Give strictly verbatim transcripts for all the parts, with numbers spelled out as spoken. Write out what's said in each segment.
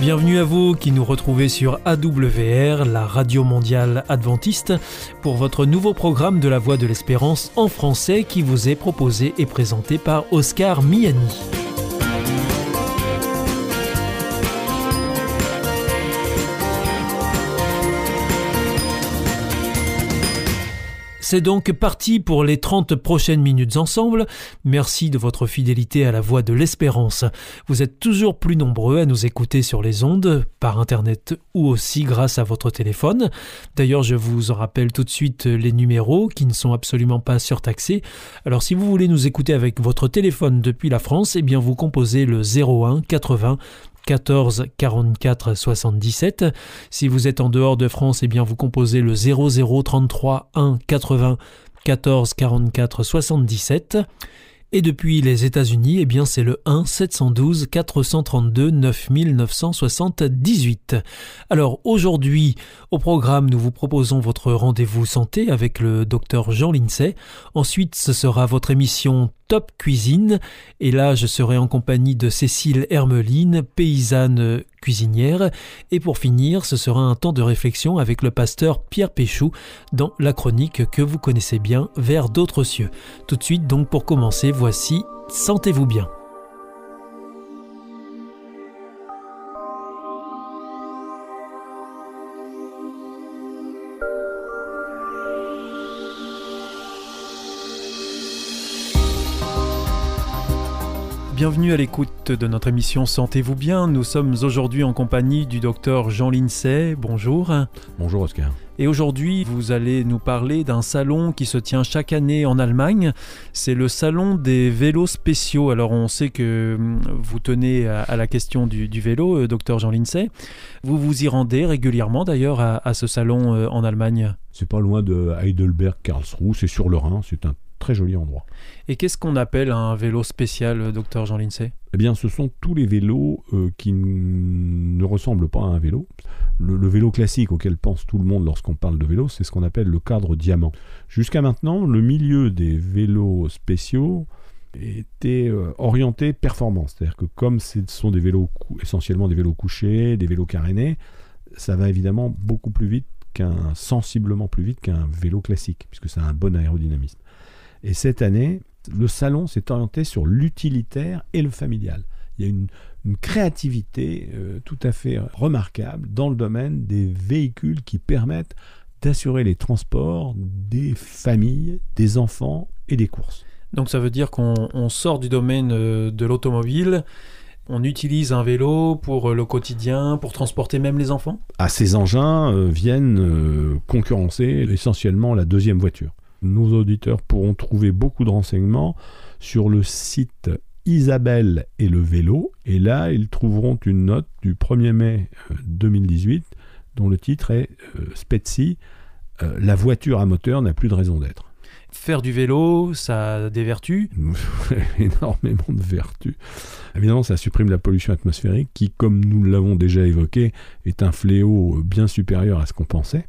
Bienvenue à vous qui nous retrouvez sur A W R, la radio mondiale adventiste, pour votre nouveau programme de la Voix de l'Espérance en français qui vous est proposé et présenté par Oscar Miani. C'est donc parti pour les trente prochaines minutes ensemble. Merci de votre fidélité à la Voix de l'Espérance. Vous êtes toujours plus nombreux à nous écouter sur les ondes, par Internet ou aussi grâce à votre téléphone. D'ailleurs, je vous en rappelle tout de suite les numéros qui ne sont absolument pas surtaxés. Alors si vous voulez nous écouter avec votre téléphone depuis la France, eh bien vous composez le zéro un quatre-vingts quatorze quarante-quatre soixante-dix-sept. Si vous êtes en dehors de France, eh bien vous composez le zéro zéro trente-trois un quatre-vingts quatorze quarante-quatre soixante-dix-sept. Et depuis les États-Unis, eh bien c'est le un sept un deux quatre trois deux neuf neuf sept huit. Alors aujourd'hui, au programme, nous vous proposons votre rendez-vous santé avec le docteur Jean Lindsay. Ensuite, ce sera votre émission Top Cuisine. Et là, je serai en compagnie de Cécile Hermeline, paysanne cuisinière. Et pour finir, ce sera un temps de réflexion avec le pasteur Pierre Péchou dans la chronique que vous connaissez bien, Vers d'autres cieux. Tout de suite, donc pour commencer, voici Sentez-vous bien. Bienvenue à l'écoute de notre émission Sentez-vous bien. Nous sommes aujourd'hui en compagnie du docteur Jean Lindsay. Bonjour. Bonjour Oscar. Et aujourd'hui, vous allez nous parler d'un salon qui se tient chaque année en Allemagne. C'est le salon des vélos spéciaux. Alors on sait que vous tenez à, à la question du, du vélo, euh, docteur Jean Lindsay. Vous vous y rendez régulièrement d'ailleurs à, à ce salon euh, en Allemagne. C'est pas loin de Heidelberg-Karlsruhe, c'est sur le Rhin, c'est un très joli endroit. Et qu'est-ce qu'on appelle un vélo spécial, docteur Jean Lindsay ? Eh bien, ce sont tous les vélos euh, qui n- ne ressemblent pas à un vélo. Le, le vélo classique auquel pense tout le monde lorsqu'on parle de vélo, c'est ce qu'on appelle le cadre diamant. Jusqu'à maintenant, le milieu des vélos spéciaux était euh, orienté performance. C'est-à-dire que comme ce sont des vélos cou- essentiellement des vélos couchés, des vélos carénés, ça va évidemment beaucoup plus vite qu'un, sensiblement plus vite qu'un vélo classique, puisque ça a un bon aérodynamisme. Et cette année, le salon s'est orienté sur l'utilitaire et le familial. Il y a une, une créativité euh, tout à fait remarquable dans le domaine des véhicules qui permettent d'assurer les transports des familles, des enfants et des courses. Donc ça veut dire qu'on on sort du domaine euh, de l'automobile, on utilise un vélo pour euh, le quotidien, pour transporter même les enfants ? Ah, ces engins euh, viennent euh, concurrencer essentiellement la deuxième voiture. Nos auditeurs pourront trouver beaucoup de renseignements sur le site Isabelle et le vélo. Et là, ils trouveront une note du premier mai deux mille dix-huit dont le titre est euh, Spezi, euh, la voiture à moteur n'a plus de raison d'être. Faire du vélo, ça a des vertus ? Énormément de vertus. Évidemment, ça supprime la pollution atmosphérique qui, comme nous l'avons déjà évoqué, est un fléau bien supérieur à ce qu'on pensait.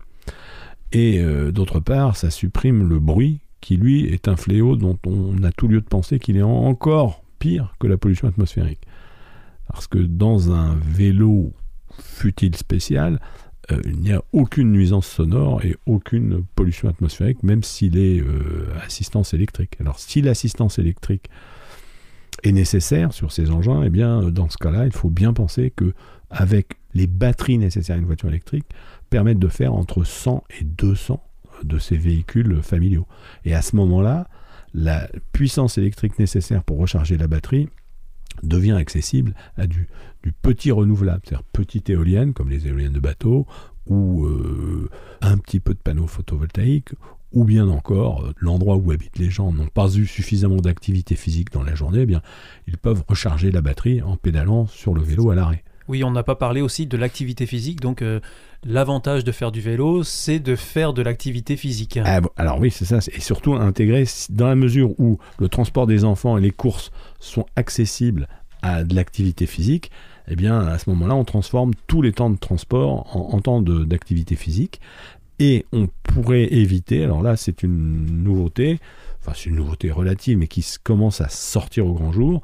Et euh, d'autre part, ça supprime le bruit qui, lui, est un fléau dont on a tout lieu de penser qu'il est encore pire que la pollution atmosphérique. Parce que dans un vélo, fût-il spécial, euh, il n'y a aucune nuisance sonore et aucune pollution atmosphérique, même s'il est euh, assistance électrique. Alors, si l'assistance électrique est nécessaire sur ces engins, eh bien, dans ce cas-là, il faut bien penser qu'avec les batteries nécessaires à une voiture électrique, permettent de faire entre cent et deux cents de ces véhicules familiaux. Et à ce moment-là, la puissance électrique nécessaire pour recharger la batterie devient accessible à du, du petit renouvelable, c'est-à-dire petite éolienne, comme les éoliennes de bateau, ou euh, un petit peu de panneaux photovoltaïques, ou bien encore, l'endroit où habitent les gens n'ont pas eu suffisamment d'activité physique dans la journée, eh bien, ils peuvent recharger la batterie en pédalant sur le vélo à l'arrêt. Oui, on n'a pas parlé aussi de l'activité physique, donc euh, l'avantage de faire du vélo, c'est de faire de l'activité physique. Ah, alors oui, c'est ça, et surtout intégrer, dans la mesure où le transport des enfants et les courses sont accessibles à de l'activité physique, eh bien à ce moment-là, on transforme tous les temps de transport en, en temps de, d'activité physique, et on pourrait éviter, alors là c'est une nouveauté, enfin c'est une nouveauté relative, mais qui commence à sortir au grand jour,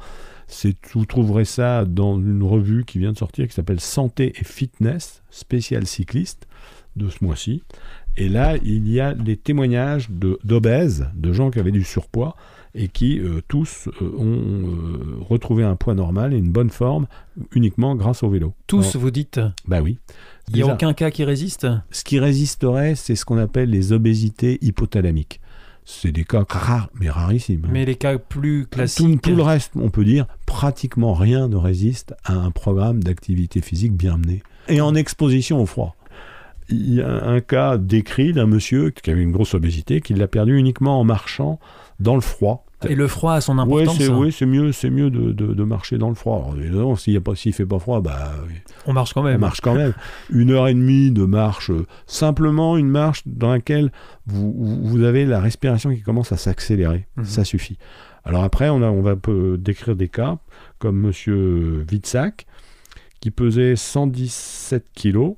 C'est, vous trouverez ça dans une revue qui vient de sortir qui s'appelle Santé et Fitness, spécial cycliste, de ce mois-ci. Et là, il y a des témoignages de, d'obèses, de gens qui avaient du surpoids et qui euh, tous euh, ont euh, retrouvé un poids normal et une bonne forme uniquement grâce au vélo. Tous, Alors, vous dites ? Bah oui. Il n'y a aucun cas qui résiste ? Ce qui résisterait, c'est ce qu'on appelle les obésités hypothalamiques. C'est des cas rares, mais rarissimes. Mais les cas plus classiques... Tout, tout le reste, on peut dire, pratiquement rien ne résiste à un programme d'activité physique bien mené. Et en exposition au froid. Il y a un cas décrit d'un monsieur qui avait une grosse obésité, qui l'a perdu uniquement en marchant dans le froid. Et le froid a son importance. Ouais, c'est, oui, c'est mieux, c'est mieux de, de, de marcher dans le froid. Alors, évidemment, s'il ne fait pas froid, bah, on marche quand même. On marche quand même. Une heure et demie de marche, euh, simplement une marche dans laquelle vous, vous avez la respiration qui commence à s'accélérer. Mmh. Ça suffit. Alors après, on, a, on va peut décrire des cas comme monsieur Witzak, qui pesait cent dix-sept kilos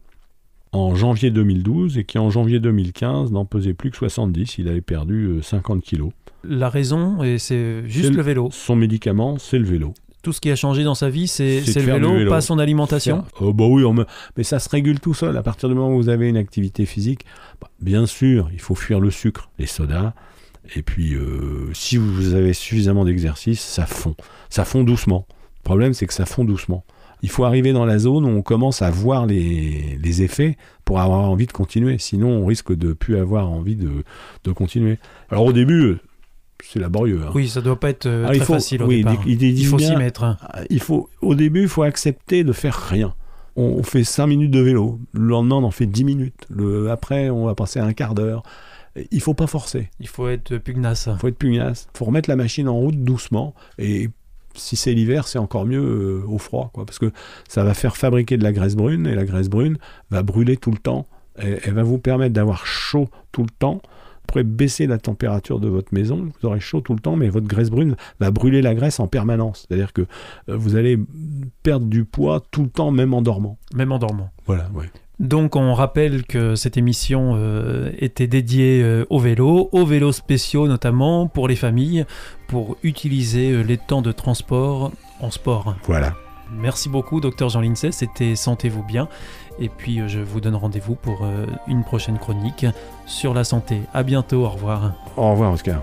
en janvier deux mille douze et qui en janvier deux mille quinze n'en pesait plus que soixante-dix. Il avait perdu cinquante kilos. La raison, et c'est juste c'est le, le vélo. Son médicament, c'est le vélo. Tout ce qui a changé dans sa vie, c'est, c'est, c'est le vélo, vélo, pas son alimentation. Oh bah oui, on me... mais ça se régule tout seul. À partir du moment où vous avez une activité physique, bah, bien sûr, il faut fuir le sucre, les sodas. Et puis, euh, si vous avez suffisamment d'exercice, ça fond. Ça fond doucement. Le problème, c'est que ça fond doucement. Il faut arriver dans la zone où on commence à voir les, les effets pour avoir envie de continuer. Sinon, on risque de ne plus avoir envie de, de continuer. Alors au début, c'est laborieux. Hein. Oui, ça ne doit pas être euh, ah, très faut, facile au oui, départ. Il, il, il faut bien, s'y mettre. Il faut, au début, il faut accepter de faire rien. On, on fait cinq minutes de vélo. Le lendemain, on en fait dix minutes. Le, après, on va passer un quart d'heure. Il ne faut pas forcer. Il faut être pugnace. Il faut être pugnace. Il faut remettre la machine en route doucement. Et si c'est l'hiver, c'est encore mieux euh, au froid, quoi, parce que ça va faire fabriquer de la graisse brune, et la graisse brune va brûler tout le temps. Et, elle va vous permettre d'avoir chaud tout le temps. Vous pourrez baisser la température de votre maison, vous aurez chaud tout le temps, mais votre graisse brune va brûler la graisse en permanence. C'est-à-dire que euh, vous allez perdre du poids tout le temps, même en dormant. Même en dormant. Voilà, oui. Donc on rappelle que cette émission euh, était dédiée euh, au vélo, aux vélos spéciaux notamment pour les familles, pour utiliser euh, les temps de transport en sport. Voilà. Merci beaucoup docteur Jean Lincey, c'était Sentez-vous bien. Et puis euh, je vous donne rendez-vous pour euh, une prochaine chronique sur la santé. À bientôt, au revoir. Au revoir Oscar.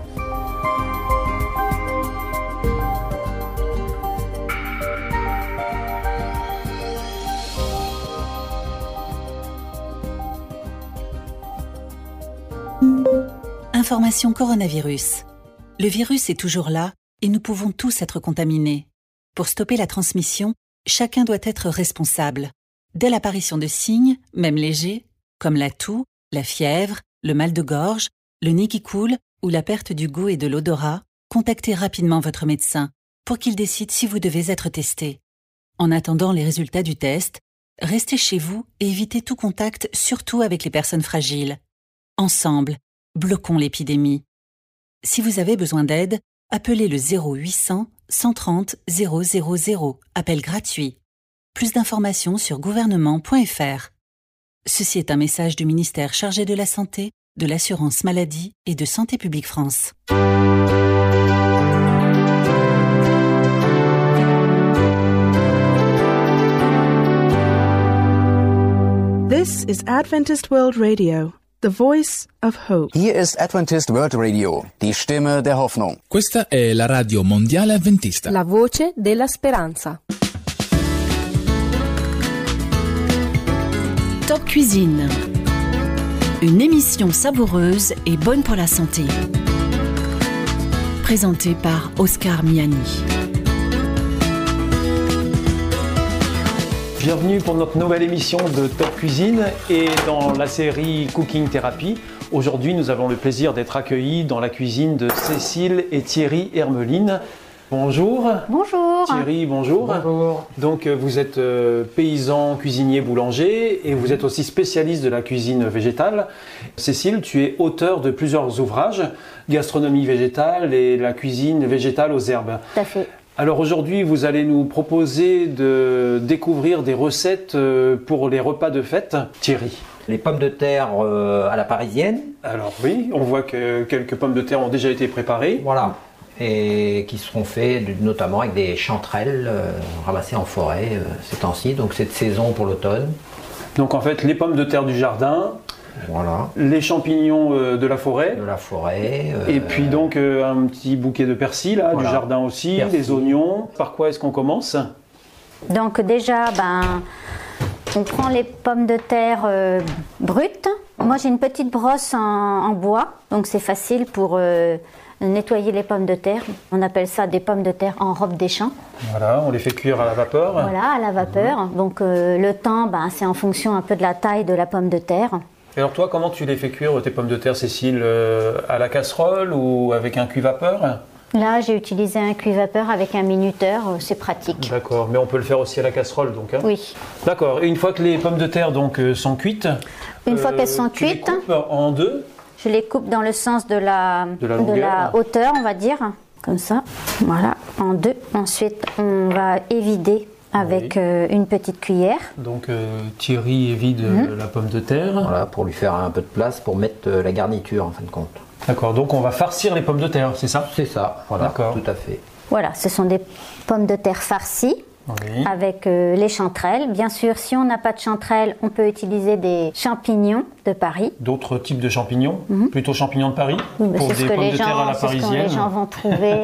Information coronavirus. Le virus est toujours là et nous pouvons tous être contaminés. Pour stopper la transmission, chacun doit être responsable. Dès l'apparition de signes, même légers, comme la toux, la fièvre, le mal de gorge, le nez qui coule ou la perte du goût et de l'odorat, contactez rapidement votre médecin pour qu'il décide si vous devez être testé. En attendant les résultats du test, restez chez vous et évitez tout contact, surtout avec les personnes fragiles. Ensemble, bloquons l'épidémie. Si vous avez besoin d'aide, appelez le zéro huit cents, cent trente, zéro zéro zéro, appel gratuit. Plus d'informations sur gouvernement point f r. Ceci est un message du ministère chargé de la Santé, de l'Assurance Maladie et de Santé publique France. This is Adventist World Radio. The Voice of Hope. Hier ist Adventist World Radio, die Stimme der Hoffnung. Questa è la radio mondiale avventista. La voce della speranza. Top Cuisine. Une émission savoureuse et bonne pour la santé. Présentée par Oscar Miani. Bienvenue pour notre nouvelle émission de Top Cuisine et dans la série Cooking Therapy. Aujourd'hui, nous avons le plaisir d'être accueillis dans la cuisine de Cécile et Thierry Hermeline. Bonjour. Bonjour. Thierry, bonjour. Bonjour. Donc, vous êtes euh, paysan, cuisinier, boulanger et vous êtes aussi spécialiste de la cuisine végétale. Cécile, tu es auteur de plusieurs ouvrages, Gastronomie végétale et la cuisine végétale aux herbes. Tout à fait. Alors aujourd'hui, vous allez nous proposer de découvrir des recettes pour les repas de fête. Thierry. Les pommes de terre euh, à la parisienne. Alors oui, on voit que quelques pommes de terre ont déjà été préparées. Voilà. et qui seront faits notamment avec des chanterelles euh, ramassées en forêt euh, ces temps-ci, donc cette saison pour l'automne. Donc en fait, les pommes de terre du jardin, voilà. Les champignons euh, de la forêt, de la forêt euh, et puis donc euh, un petit bouquet de persil là, voilà. Du jardin aussi, persil. Des oignons. Par quoi est-ce qu'on commence? Donc déjà, ben, on prend les pommes de terre euh, brutes. Moi j'ai une petite brosse en, en bois, donc c'est facile pour euh, nettoyer les pommes de terre. On appelle ça des pommes de terre en robe des champs. Voilà, on les fait cuire à la vapeur. Voilà, à la vapeur. Mmh. Donc euh, le temps, ben, c'est en fonction un peu de la taille de la pomme de terre. Et alors toi, comment tu les fais cuire tes pommes de terre, Cécile, euh, à la casserole ou avec un cuit-vapeur? Là, j'ai utilisé un cuit-vapeur avec un minuteur, c'est pratique. D'accord, mais on peut le faire aussi à la casserole, donc. Hein. Oui. D'accord. Et une fois que les pommes de terre donc euh, sont cuites, une euh, fois qu'elles sont tu cuites, les coupes en deux. Je les coupe dans le sens de la, de la, longueur, de la hauteur, on va dire, comme ça. Voilà, en deux. Ensuite, on va évider avec oui. euh, une petite cuillère. Donc euh, Thierry évide mmh. la pomme de terre. Voilà, pour lui faire un peu de place pour mettre euh, la garniture en fin de compte. D'accord, donc on va farcir les pommes de terre, c'est ça? C'est ça, voilà, tout à fait. Voilà, ce sont des pommes de terre farcies. Oui. Avec euh, les chanterelles. Bien sûr, si on n'a pas de chanterelles, on peut utiliser des champignons de Paris. D'autres types de champignons, mm-hmm. Plutôt champignons de Paris, oui, pour des ce pommes les de gens, terre à la parisienne. C'est ce que les gens vont trouver.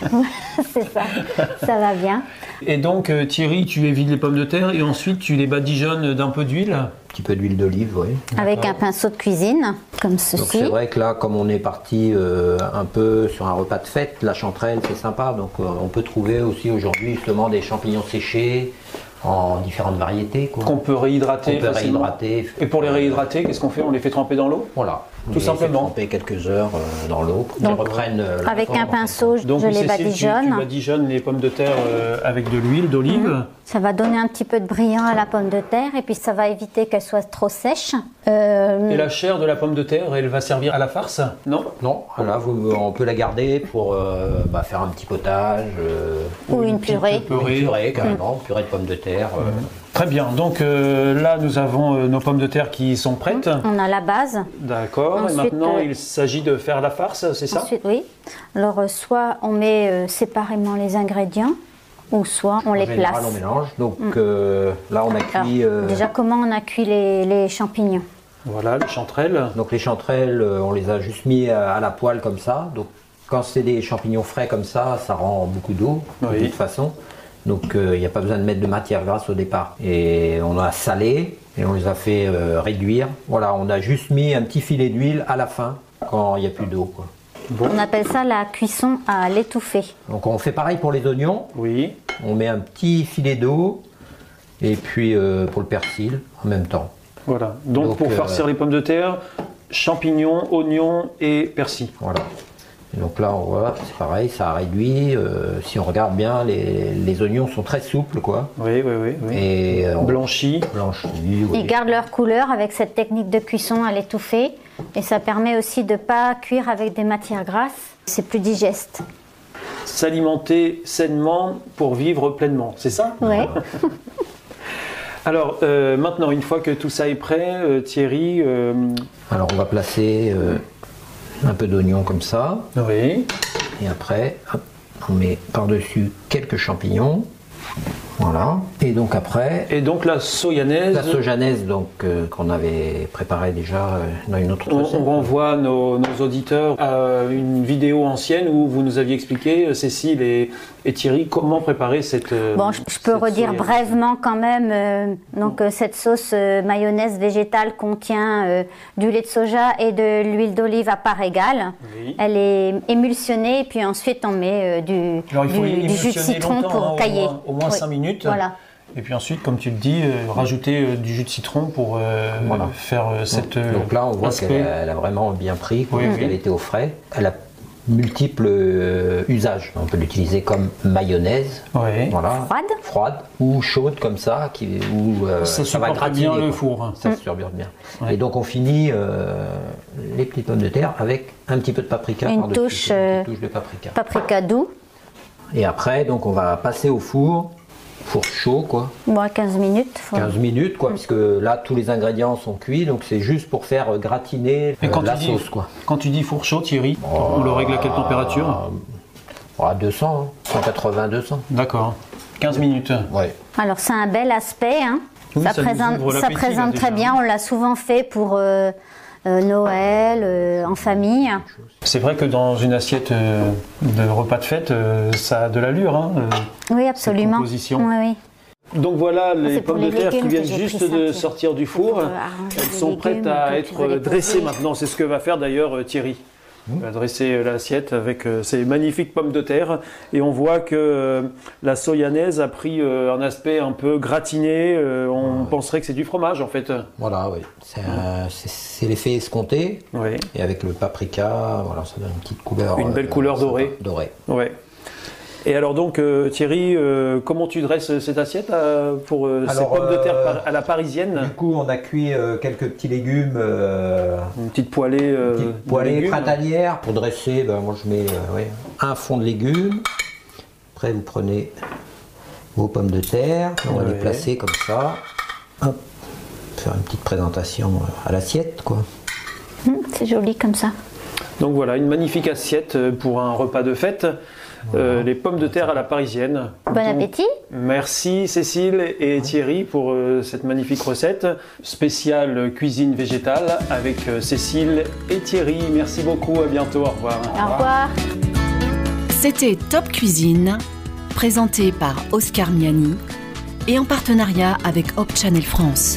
C'est ça, ça va bien. Et donc euh, Thierry, tu évites les pommes de terre et ensuite tu les badigeonnes d'un peu d'huile. Un petit peu d'huile d'olive, oui. Avec un pinceau de cuisine, comme ceci. Donc c'est vrai que là, comme on est parti euh, un peu sur un repas de fête, la chanterelle c'est sympa, donc euh, on peut trouver aussi aujourd'hui justement des champignons séchés en différentes variétés. Quoi. Qu'on peut réhydrater. On peut réhydrater. Et pour les réhydrater, qu'est-ce qu'on fait? On les fait tremper dans l'eau? Voilà. Tout simplement. Tremper quelques heures euh, dans l'eau pour qu'ils reprennent euh, la avec forme, un pinceau, je, donc, je les Cécile, badigeonne. Tu, tu badigeonnes les pommes de terre euh, avec de l'huile d'olive. Mmh. Ça va donner un petit peu de brillant à la pomme de terre et puis ça va éviter qu'elle soit trop sèche. Euh... Et la chair de la pomme de terre, elle va servir à la farce? Non. Non. Là, vous, on peut la garder pour euh, bah, faire un petit potage. Euh, ou, ou une purée. Purée, une purée carrément, mmh. purée de pommes de terre. Mmh. Euh, Très bien, donc euh, là nous avons euh, nos pommes de terre qui sont prêtes. On a la base. D'accord, et maintenant euh, il s'agit de faire la farce, c'est ça? Ensuite, oui. Alors euh, soit on met euh, séparément les ingrédients, ou soit on en les général, place. On mélange, donc mm. euh, là on a cuit... Alors, déjà comment on a cuit les, les champignons? Voilà, les chanterelles. Donc les chanterelles, on les a juste mis à, à la poêle comme ça, donc quand c'est des champignons frais comme ça, ça rend beaucoup d'eau, oui. de toute façon. Donc il euh, n'y a pas besoin de mettre de matière grasse au départ. Et on a salé et on les a fait euh, réduire. Voilà, on a juste mis un petit filet d'huile à la fin quand il n'y a plus d'eau. Bon. On appelle ça la cuisson à l'étouffée. Donc on fait pareil pour les oignons. Oui. On met un petit filet d'eau et puis euh, pour le persil en même temps. Voilà, donc, donc pour euh, farcir les pommes de terre, champignons, oignons et persil. Voilà. Et donc là, on voit, c'est pareil, ça a réduit. Euh, si on regarde bien, les, les oignons sont très souples, quoi. Oui, oui, oui. oui. Et euh, blanchis. Blanchis, oui. Ils gardent leur couleur avec cette technique de cuisson à l'étouffer. Et ça permet aussi de ne pas cuire avec des matières grasses. C'est plus digeste. S'alimenter sainement pour vivre pleinement, c'est ça? Oui. Alors, euh, maintenant, une fois que tout ça est prêt, euh, Thierry... Euh... Alors, on va placer... Euh... un peu d'oignon comme ça. Oui. Et après, hop, on met par-dessus quelques champignons. Voilà. Et donc après... Et donc la soyanaise... La soyanaise donc, euh, qu'on avait préparée déjà euh, dans une autre recette. On, on renvoie nos, nos auditeurs à une vidéo ancienne où vous nous aviez expliqué, Cécile et, et Thierry, comment préparer cette Bon, je, je peux redire soyanaise. Brièvement quand même. Euh, donc euh, cette sauce euh, mayonnaise végétale contient euh, du lait de soja et de l'huile d'olive à part égale. Oui. Elle est émulsionnée et puis ensuite on met euh, du, Alors, il faut du, du jus de citron pour hein, cailler. Au moins, au moins oui. cinq minutes. Voilà. Et puis ensuite, comme tu le dis, euh, rajouter euh, du jus de citron pour euh, voilà. faire euh, cette... Donc, donc là, on voit aspect. qu'elle a, elle a vraiment bien pris, quoi, oui, parce oui. qu'elle était au frais. Elle a multiples euh, usages. On peut l'utiliser comme mayonnaise, oui. voilà, froide. froide ou chaude comme ça, qui, où euh, ça, ça va gratiner bien le four. Hein. Ça mm. se turbure bien. Ouais. Et donc on finit euh, les petites pommes de terre avec un petit peu de paprika une par-dessus, touche, une touche de paprika. Paprika doux. Et après, donc on va passer au four. Four chaud, quoi. Bon, quinze minutes. Faut... quinze minutes, quoi, mmh. puisque là, tous les ingrédients sont cuits, donc c'est juste pour faire gratiner Et quand euh, la tu sauce, dis, quoi. Quand tu dis four chaud, Thierry, oh, on le règle à quelle température? À deux cents, cent quatre-vingts à deux cents. D'accord. quinze minutes. Ouais. Alors c'est un bel aspect, hein. Oui, ça, ça nous présente, ouvre ça l'appétit, présente là, très déjà. bien, on l'a souvent fait pour euh, euh, Noël, euh, en famille. C'est vrai que dans une assiette euh, de repas de fête, euh, ça a de l'allure. Hein, euh, Oui, absolument. composition. Oui, oui. Donc voilà les C'est pour pommes de les terre qui légumes viennent que j'ai juste pris ça, de tu- sortir du pour, four. euh, arranger Elles les sont prêtes légumes à que tu vas être les dressées poser. maintenant. C'est ce que va faire d'ailleurs euh, Thierry. Il va dresser euh, l'assiette avec euh, ces magnifiques pommes de terre. Et on voit que euh, la soyanaise a pris euh, un aspect un peu gratiné. Euh, on Ah, ouais. penserait que c'est du fromage en fait. Voilà, oui. C'est, un- c'est, c'est l'effet escompté. Oui. Et avec le paprika, voilà, ça donne une petite couleur. Une belle couleur sympa. dorée. Dorée. Ouais. Et alors donc euh, Thierry, euh, comment tu dresses cette assiette euh, pour euh, ces Alors, pommes de terre euh, par- à la parisienne? Du coup, on a cuit euh, quelques petits légumes. Euh, Une petite poêlée, euh, petite de poêlée légumes. printanière. Pour dresser, ben, moi je mets euh, ouais, un fond de légumes. Après, vous prenez vos pommes de terre. On va Ouais. les placer comme ça. Hop. Faire une petite présentation à l'assiette, quoi. Hum, c'est joli comme ça. Donc voilà, une magnifique assiette pour un repas de fête. Euh, les pommes de terre à la parisienne. Bon Donc, appétit. merci Cécile et Thierry pour euh, cette magnifique recette spéciale cuisine végétale avec euh, Cécile et Thierry. Merci beaucoup, à bientôt, au revoir. Au revoir. C'était Top Cuisine, présenté par Oscar Miani et en partenariat avec Hope Channel France.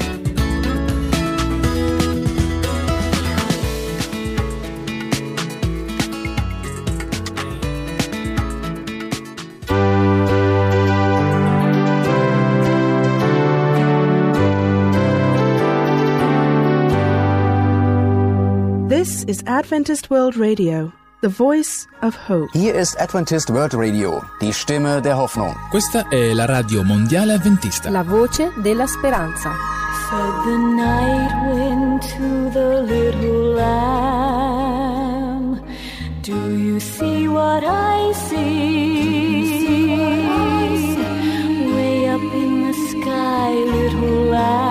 This is Adventist World Radio, the voice of hope. Hier ist Adventist World Radio, die Stimme der Hoffnung. Questa è la radio mondiale avventista. La voce della speranza. Said the night wind to the little lamb, do you see what I see? Way up in the sky, little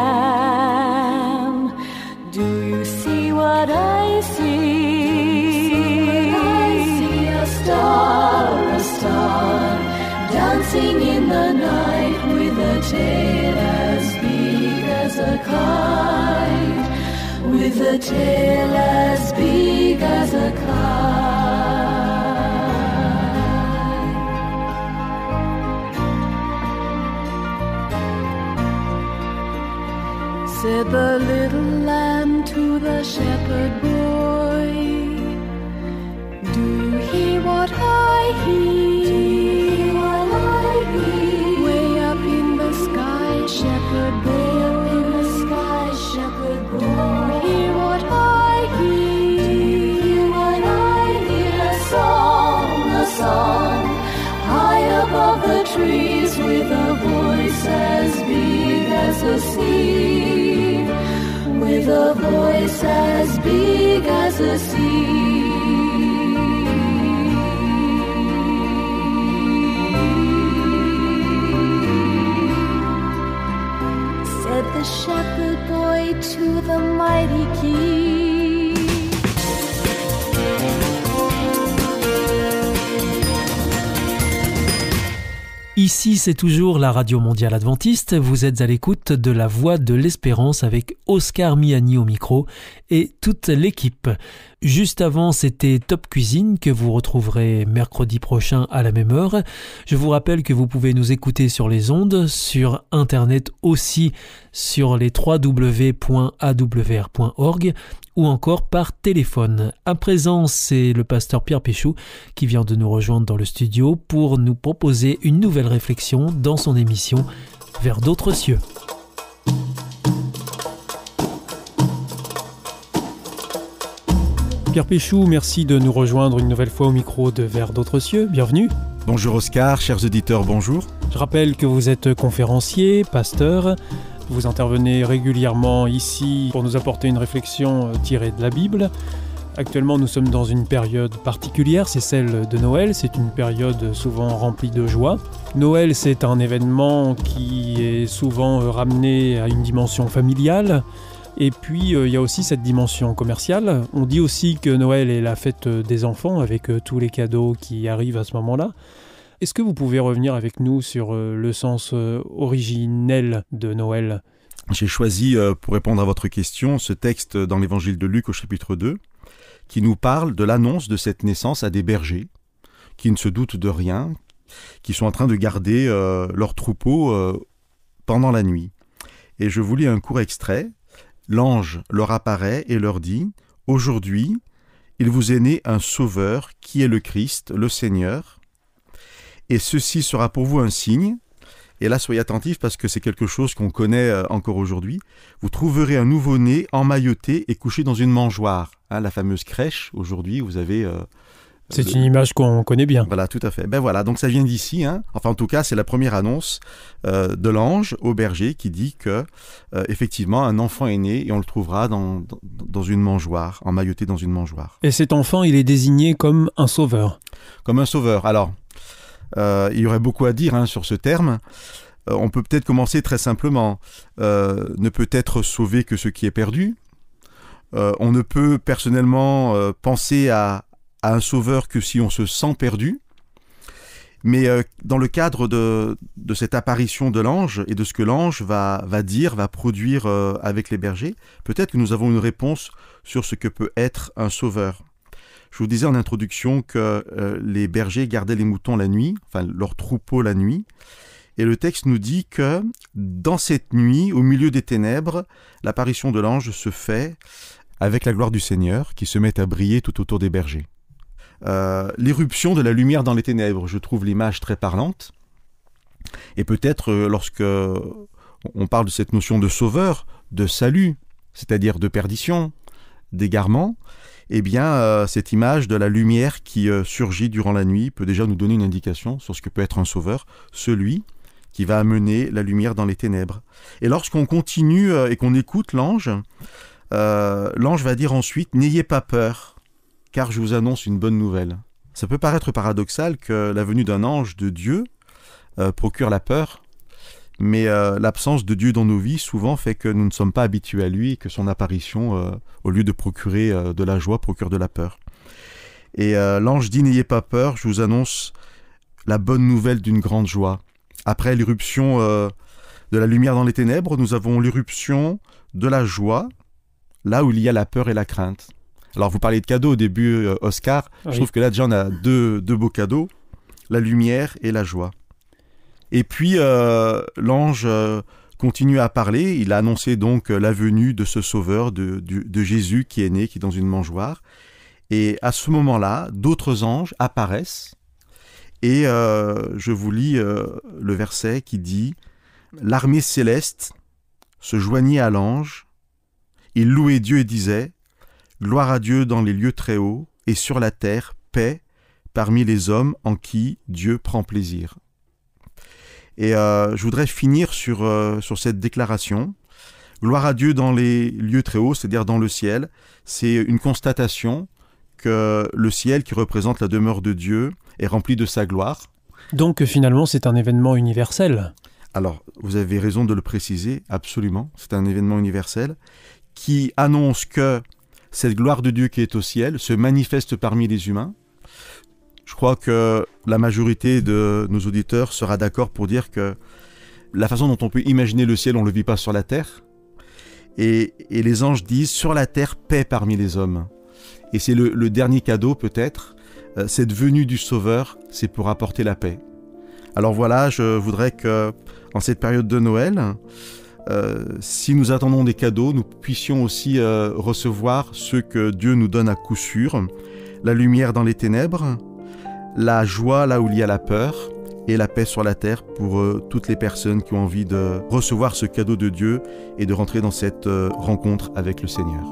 lamb, do you see what I see? I see a star, a star, dancing in the night with a tail as big as a kite, with a tail as big as a kite. Said the little lamb to the shepherd boy, do you hear what I hear? What I hear? Way up in the sky, shepherd boy. Way up in the sky, shepherd boy. Do you hear what I hear? Do you hear what I hear? A song, a song, high above the trees, with a voice as big as the sea. With a voice as big as the sea. Said the shepherd boy to the mighty key. Ici, c'est toujours la Radio Mondiale Adventiste. Vous êtes à l'écoute de La Voix de l'Espérance avec Oscar Miani au micro et toute l'équipe. Juste avant, c'était Top Cuisine que vous retrouverez mercredi prochain à la même heure. Je vous rappelle que vous pouvez nous écouter sur les ondes, sur Internet aussi, sur les w w w point a w r point org ou encore par téléphone. À présent, c'est le pasteur Pierre Péchou qui vient de nous rejoindre dans le studio pour nous proposer une nouvelle réflexion dans son émission Vers d'autres cieux. Pierre Péchou, merci de nous rejoindre une nouvelle fois au micro de Vers d'autres cieux. Bienvenue. Bonjour Oscar, chers auditeurs, bonjour. Je rappelle que vous êtes conférencier, pasteur. Vous intervenez régulièrement ici pour nous apporter une réflexion tirée de la Bible. Actuellement, nous sommes dans une période particulière, c'est celle de Noël. C'est une période souvent remplie de joie. Noël, c'est un événement qui est souvent ramené à une dimension familiale. Et puis, euh, il y a aussi cette dimension commerciale. On dit aussi que Noël est la fête des enfants, avec euh, tous les cadeaux qui arrivent à ce moment-là. Est-ce que vous pouvez revenir avec nous sur euh, le sens euh, originel de Noël ? J'ai choisi, euh, pour répondre à votre question, ce texte dans l'évangile de Luc au chapitre deux, qui nous parle de l'annonce de cette naissance à des bergers, qui ne se doutent de rien, qui sont en train de garder euh, leur troupeau euh, pendant la nuit. Et je vous lis un court extrait. L'ange leur apparaît et leur dit « Aujourd'hui, il vous est né un sauveur qui est le Christ, le Seigneur. Et ceci sera pour vous un signe. » Et là, soyez attentifs parce que c'est quelque chose qu'on connaît euh, encore aujourd'hui. Vous trouverez un nouveau-né emmailloté et couché dans une mangeoire. Hein, la fameuse crèche, aujourd'hui, vous avez... Euh, c'est le... une image qu'on connaît bien. Voilà, tout à fait. Ben voilà, donc ça vient d'ici. Hein. Enfin, en tout cas, c'est la première annonce euh, de l'ange au berger qui dit que, euh, effectivement, un enfant est né et on le trouvera dans, dans, dans une mangeoire, emmailloté dans une mangeoire. Et cet enfant, il est désigné comme un sauveur. Comme un sauveur. Alors... Euh, il y aurait beaucoup à dire hein, sur ce terme. Euh, on peut peut-être commencer très simplement. Euh, ne peut être sauvé que ce qui est perdu. Euh, on ne peut personnellement euh, penser à, à un sauveur que si on se sent perdu. Mais euh, dans le cadre de, de cette apparition de l'ange et de ce que l'ange va, va dire, va produire euh, avec les bergers, peut-être que nous avons une réponse sur ce que peut être un sauveur. Je vous disais en introduction que euh, les bergers gardaient les moutons la nuit, enfin leur troupeau la nuit. Et le texte nous dit que dans cette nuit, au milieu des ténèbres, l'apparition de l'ange se fait avec la gloire du Seigneur qui se met à briller tout autour des bergers. Euh, l'irruption de la lumière dans les ténèbres, je trouve l'image très parlante. Et peut-être euh, lorsque on parle de cette notion de sauveur, de salut, c'est-à-dire de perdition, d'égarement, eh bien, euh, cette image de la lumière qui euh, surgit durant la nuit peut déjà nous donner une indication sur ce que peut être un sauveur, celui qui va amener la lumière dans les ténèbres. Et lorsqu'on continue euh, et qu'on écoute l'ange, euh, l'ange va dire ensuite « N'ayez pas peur, car je vous annonce une bonne nouvelle ». Ça peut paraître paradoxal que la venue d'un ange de Dieu euh, procure la peur, mais euh, l'absence de Dieu dans nos vies souvent fait que nous ne sommes pas habitués à lui et que son apparition, euh, au lieu de procurer euh, de la joie, procure de la peur. Et euh, l'ange dit « N'ayez pas peur, je vous annonce la bonne nouvelle d'une grande joie ». Après l'irruption euh, de la lumière dans les ténèbres, nous avons l'irruption de la joie, là où il y a la peur et la crainte. Alors vous parliez de cadeaux au début, euh, Oscar. Oui. Je trouve que là déjà on a deux, deux beaux cadeaux, la lumière et la joie. Et puis, euh, l'ange euh, continue à parler. Il a annoncé donc la venue de ce sauveur, de, de, de Jésus qui est né, qui est dans une mangeoire. Et à ce moment-là, d'autres anges apparaissent. Et euh, je vous lis euh, le verset qui dit « L'armée céleste se joignit à l'ange. Il louait Dieu et disait « Gloire à Dieu dans les lieux très hauts et sur la terre, paix parmi les hommes en qui Dieu prend plaisir. » Et euh, je voudrais finir sur, euh, sur cette déclaration. Gloire à Dieu dans les lieux très hauts, c'est-à-dire dans le ciel. C'est une constatation que le ciel, qui représente la demeure de Dieu, est rempli de sa gloire. Donc finalement, c'est un événement universel. Alors, vous avez raison de le préciser, absolument. C'est un événement universel qui annonce que cette gloire de Dieu qui est au ciel se manifeste parmi les humains. Je crois que la majorité de nos auditeurs sera d'accord pour dire que la façon dont on peut imaginer le ciel, on ne le vit pas sur la terre. Et, et les anges disent « sur la terre, paix parmi les hommes ». Et c'est le, le dernier cadeau peut-être, euh, cette venue du Sauveur, c'est pour apporter la paix. Alors voilà, je voudrais que, en cette période de Noël, euh, si nous attendons des cadeaux, nous puissions aussi euh, recevoir ceux que Dieu nous donne à coup sûr, la lumière dans les ténèbres, la joie là où il y a la peur, et la paix sur la terre pour euh, toutes les personnes qui ont envie de recevoir ce cadeau de Dieu et de rentrer dans cette euh, rencontre avec le Seigneur.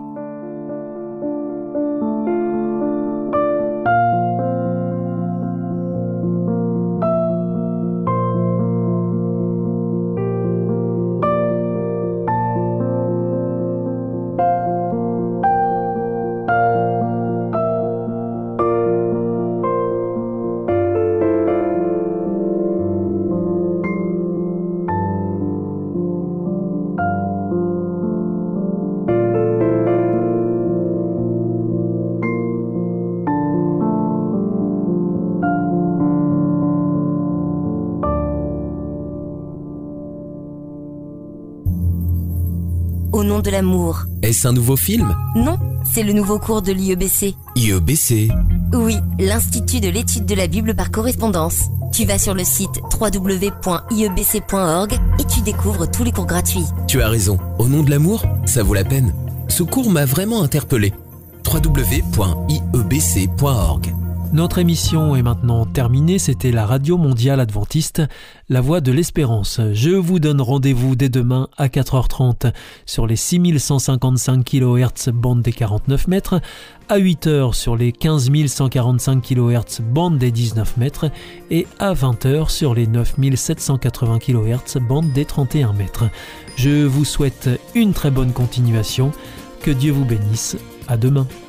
Au nom de l'amour. Est-ce un nouveau film? Non, c'est le nouveau cours de l'I E B C. I E B C? Oui, l'Institut de l'étude de la Bible par correspondance. Tu vas sur le site w w w point i e b c point org et tu découvres tous les cours gratuits. Tu as raison. Au nom de l'amour, ça vaut la peine. Ce cours m'a vraiment interpellé. w w w point i e b c point org. Notre émission est maintenant terminée. C'était la Radio Mondiale Adventiste, la voix de l'espérance. Je vous donne rendez-vous dès demain à quatre heures trente sur les six mille cent cinquante-cinq kilohertz bande des quarante-neuf mètres, à huit heures sur les quinze mille cent quarante-cinq kilohertz bande des dix-neuf mètres et à vingt heures sur les neuf mille sept cent quatre-vingts kilohertz bande des trente et un mètres. Je vous souhaite une très bonne continuation. Que Dieu vous bénisse. À demain.